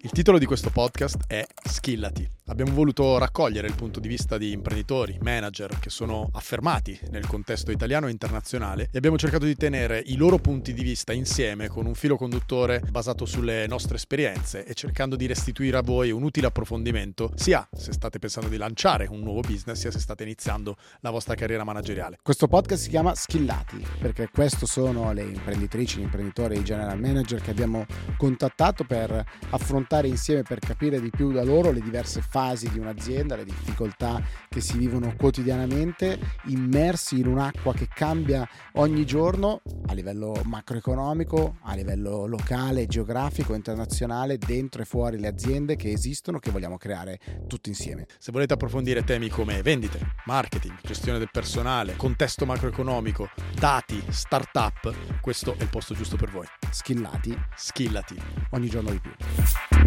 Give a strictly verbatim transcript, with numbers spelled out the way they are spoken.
Il titolo di questo podcast è Skillati. Abbiamo voluto raccogliere il punto di vista di imprenditori, manager che sono affermati nel contesto italiano e internazionale e abbiamo cercato di tenere i loro punti di vista insieme con un filo conduttore basato sulle nostre esperienze e cercando di restituire a voi un utile approfondimento sia se state pensando di lanciare un nuovo business sia se state iniziando la vostra carriera manageriale. Questo podcast si chiama Skillati perché questo sono le imprenditrici, gli imprenditori e i general manager che abbiamo contattato per affrontare insieme, per capire di più da loro le diverse fasi di un'azienda, le difficoltà che si vivono quotidianamente, immersi in un'acqua che cambia ogni giorno a livello macroeconomico, a livello locale, geografico, internazionale, dentro e fuori le aziende che esistono, che vogliamo creare tutti insieme. Se volete approfondire temi come vendite, marketing, gestione del personale, contesto macroeconomico, dati, startup, questo è il posto giusto per voi. Skillati, Skillati. ogni giorno di più.